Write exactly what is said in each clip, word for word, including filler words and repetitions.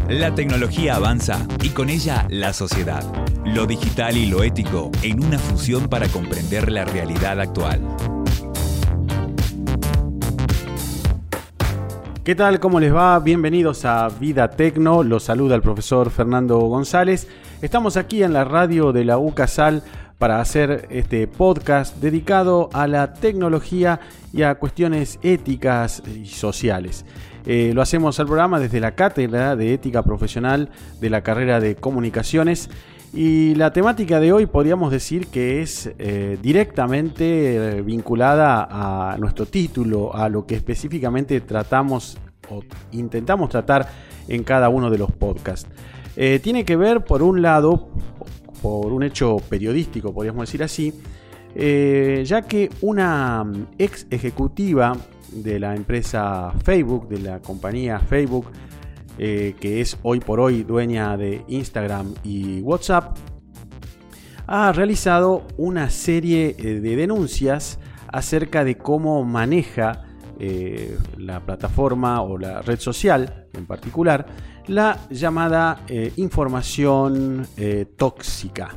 La tecnología avanza y con ella la sociedad. Lo digital y lo ético en una fusión para comprender la realidad actual. ¿Qué tal? ¿Cómo les va? Bienvenidos a Vida Tecno. Los saluda el profesor Fernando González. Estamos aquí en la radio de la UCASAL para hacer este podcast dedicado a la tecnología y a cuestiones éticas y sociales. Eh, lo hacemos al programa desde la Cátedra de Ética Profesional de la carrera de Comunicaciones. Y la temática de hoy podríamos decir que es eh, directamente eh, vinculada a nuestro título, a lo que específicamente tratamos o intentamos tratar en cada uno de los podcasts. Eh, tiene que ver, por un lado, por un hecho periodístico, podríamos decir así, eh, ya que una ex ejecutiva de la empresa Facebook, de la compañía Facebook, Eh, que es hoy por hoy dueña de Instagram y WhatsApp, ha realizado una serie eh, de denuncias acerca de cómo maneja eh, la plataforma o la red social en particular la llamada eh, información eh, tóxica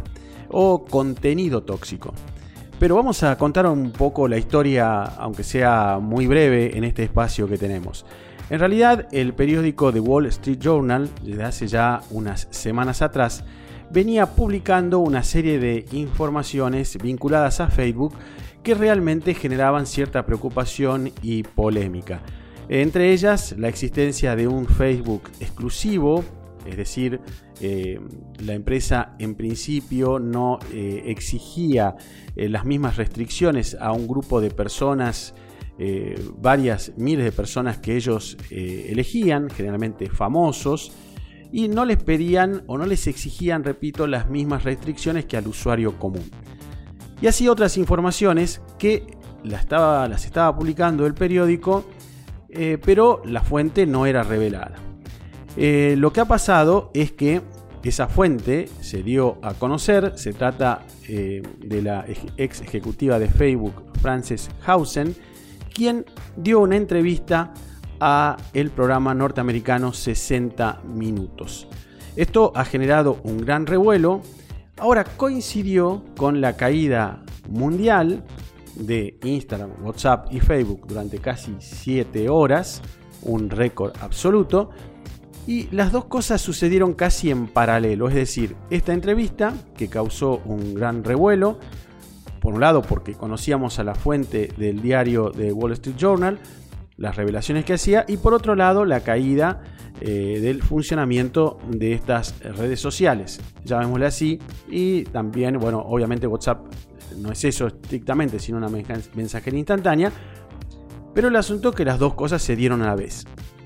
o contenido tóxico. Pero vamos a contar un poco la historia, aunque sea muy breve, en este espacio que tenemos. En realidad, el periódico The Wall Street Journal, desde hace ya unas semanas atrás, venía publicando una serie de informaciones vinculadas a Facebook que realmente generaban cierta preocupación y polémica. Entre ellas, la existencia de un Facebook exclusivo, es decir, eh, la empresa en principio no eh, exigía eh, las mismas restricciones a un grupo de personas, Eh, varias miles de personas que ellos eh, elegían, generalmente famosos, y no les pedían o no les exigían, repito, las mismas restricciones que al usuario común. Y así otras informaciones que la estaba, las estaba publicando el periódico, eh, pero la fuente no era revelada. Eh, lo que ha pasado es que esa fuente se dio a conocer. Se trata eh, de la ex ejecutiva de Facebook, Frances Haugen, quien dio una entrevista a el programa norteamericano sesenta minutos. Esto ha generado un gran revuelo. Ahora coincidió con la caída mundial de Instagram, WhatsApp y Facebook durante casi siete horas, un récord absoluto, y las dos cosas sucedieron casi en paralelo. Es decir, esta entrevista que causó un gran revuelo, por un lado porque conocíamos a la fuente del diario de Wall Street Journal, las revelaciones que hacía, y por otro lado la caída eh, del funcionamiento de estas redes sociales, llamémosle así. Y también, bueno, obviamente WhatsApp no es eso estrictamente, sino una mensajería instantánea, pero el asunto es que las dos cosas se dieron a la vez.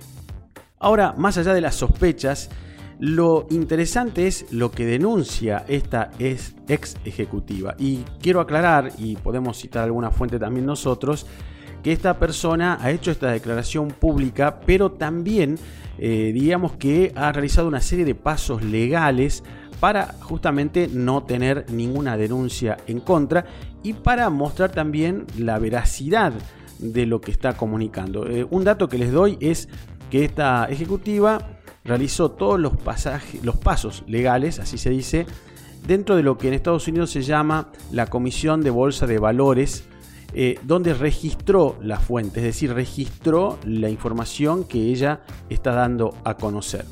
Ahora, más allá de las sospechas, lo interesante es lo que denuncia esta ex ejecutiva. Y quiero aclarar, y podemos citar alguna fuente también nosotros, que esta persona ha hecho esta declaración pública, pero también eh, digamos que ha realizado una serie de pasos legales para justamente no tener ninguna denuncia en contra y para mostrar también la veracidad de lo que está comunicando. Eh, un dato que les doy es que esta ejecutiva realizó todos los, pasajes, los pasos legales, así se dice, dentro de lo que en Estados Unidos se llama la Comisión de Bolsa de Valores, eh, donde registró la fuente, es decir, registró la información que ella está dando a conocer.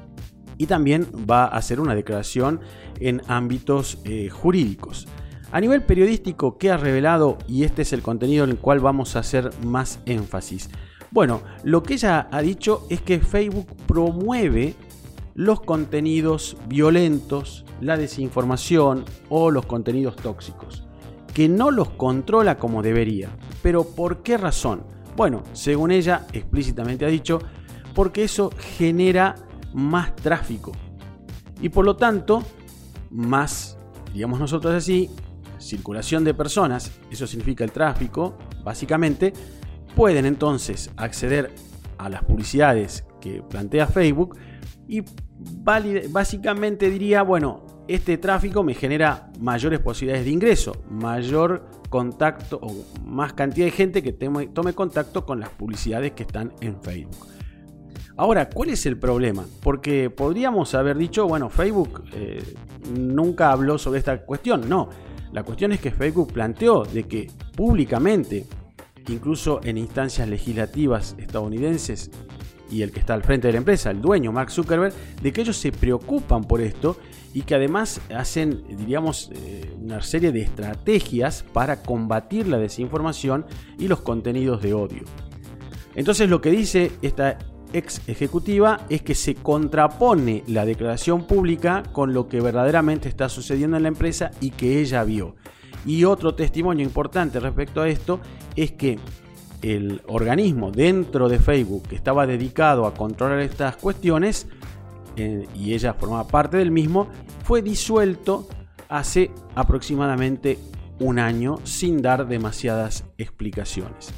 Y también va a hacer una declaración en ámbitos eh, jurídicos. A nivel periodístico, ¿qué ha revelado? Y este es el contenido en el cual vamos a hacer más énfasis. Bueno, lo que ella ha dicho es que Facebook promueve los contenidos violentos, la desinformación o los contenidos tóxicos, que no los controla como debería. ¿Pero por qué razón? Bueno, según ella explícitamente ha dicho, porque eso genera más tráfico y por lo tanto más, digamos nosotros así, circulación de personas. Eso significa el tráfico, básicamente. Pueden entonces acceder a las publicidades que plantea Facebook y básicamente diría, bueno, este tráfico me genera mayores posibilidades de ingreso, mayor contacto o más cantidad de gente que tome, tome contacto con las publicidades que están en Facebook. Ahora, ¿cuál es el problema? Porque podríamos haber dicho, bueno, Facebook eh, nunca habló sobre esta cuestión. No, la cuestión es que Facebook planteó de que públicamente, incluso en instancias legislativas estadounidenses, y el que está al frente de la empresa, el dueño Mark Zuckerberg, de que ellos se preocupan por esto y que además hacen, diríamos, eh, una serie de estrategias para combatir la desinformación y los contenidos de odio. Entonces lo que dice esta ex ejecutiva es que se contrapone la declaración pública con lo que verdaderamente está sucediendo en la empresa y que ella vio. Y otro testimonio importante respecto a esto es que el organismo dentro de Facebook que estaba dedicado a controlar estas cuestiones, eh, y ella formaba parte del mismo, fue disuelto hace aproximadamente un año sin dar demasiadas explicaciones.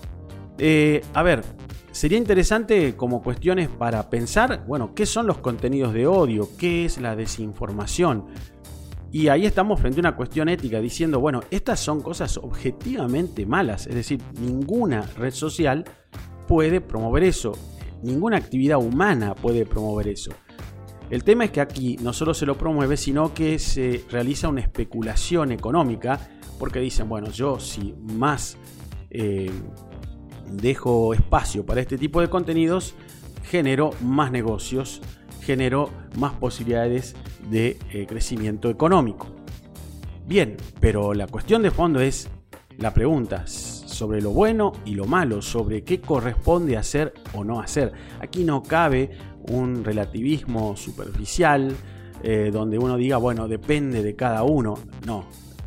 Eh, a ver, sería interesante como cuestiones para pensar, bueno, ¿qué son los contenidos de odio? ¿Qué es la desinformación? Y ahí estamos frente a una cuestión ética diciendo, bueno, estas son cosas objetivamente malas, es decir, ninguna red social puede promover eso, ninguna actividad humana puede promover eso. El tema es que aquí no solo se lo promueve, sino que se realiza una especulación económica, porque dicen, bueno, yo si más eh, dejo espacio para este tipo de contenidos, genero más negocios, generó más posibilidades de eh, crecimiento económico. Bien, pero la cuestión de fondo es la pregunta sobre lo bueno y lo malo, sobre qué corresponde hacer o no hacer. Aquí no cabe un relativismo superficial eh, donde uno diga, bueno, depende de cada uno. No,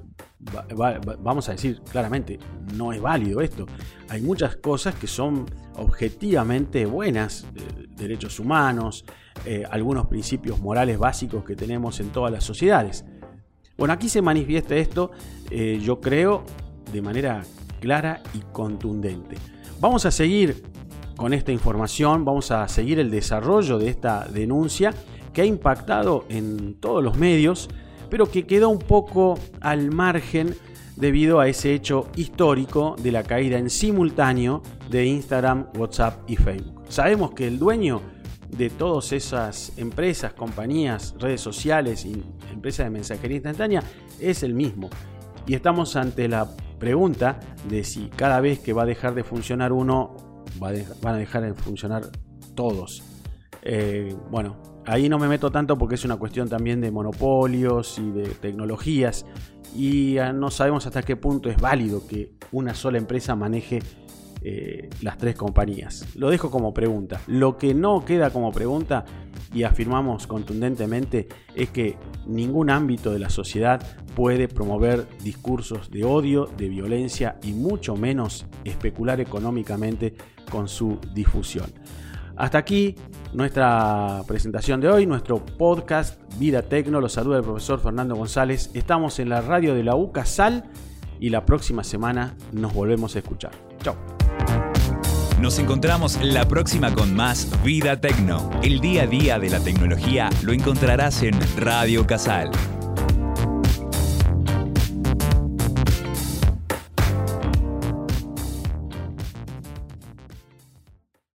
va, va, vamos a decir claramente, no es válido esto. Hay muchas cosas que son objetivamente buenas, eh, derechos humanos, Eh, algunos principios morales básicos que tenemos en todas las sociedades. Bueno, aquí se manifiesta esto, eh, yo creo, de manera clara y contundente. Vamos a seguir con esta información, vamos a seguir el desarrollo de esta denuncia que ha impactado en todos los medios, pero que quedó un poco al margen debido a ese hecho histórico de la caída en simultáneo de Instagram, WhatsApp y Facebook. Sabemos que el dueño de todas esas empresas, compañías, redes sociales y empresas de mensajería instantánea es el mismo. Y estamos ante la pregunta de si cada vez que va a dejar de funcionar uno, va a de- van a dejar de funcionar todos. Eh, bueno, ahí no me meto tanto porque es una cuestión también de monopolios y de tecnologías. Y uh, no sabemos hasta qué punto es válido que una sola empresa maneje Eh, las tres compañías. Lo dejo como pregunta. Lo que no queda como pregunta, y afirmamos contundentemente, es que ningún ámbito de la sociedad puede promover discursos de odio, de violencia y mucho menos especular económicamente con su difusión. Hasta aquí nuestra presentación de hoy, nuestro podcast Vida Tecno. Los saluda el profesor Fernando González. Estamos en la radio de la UCASAL y la próxima semana nos volvemos a escuchar. Chao. Nos encontramos la próxima con más Vida Tecno. El día a día de la tecnología lo encontrarás en Radio Casal.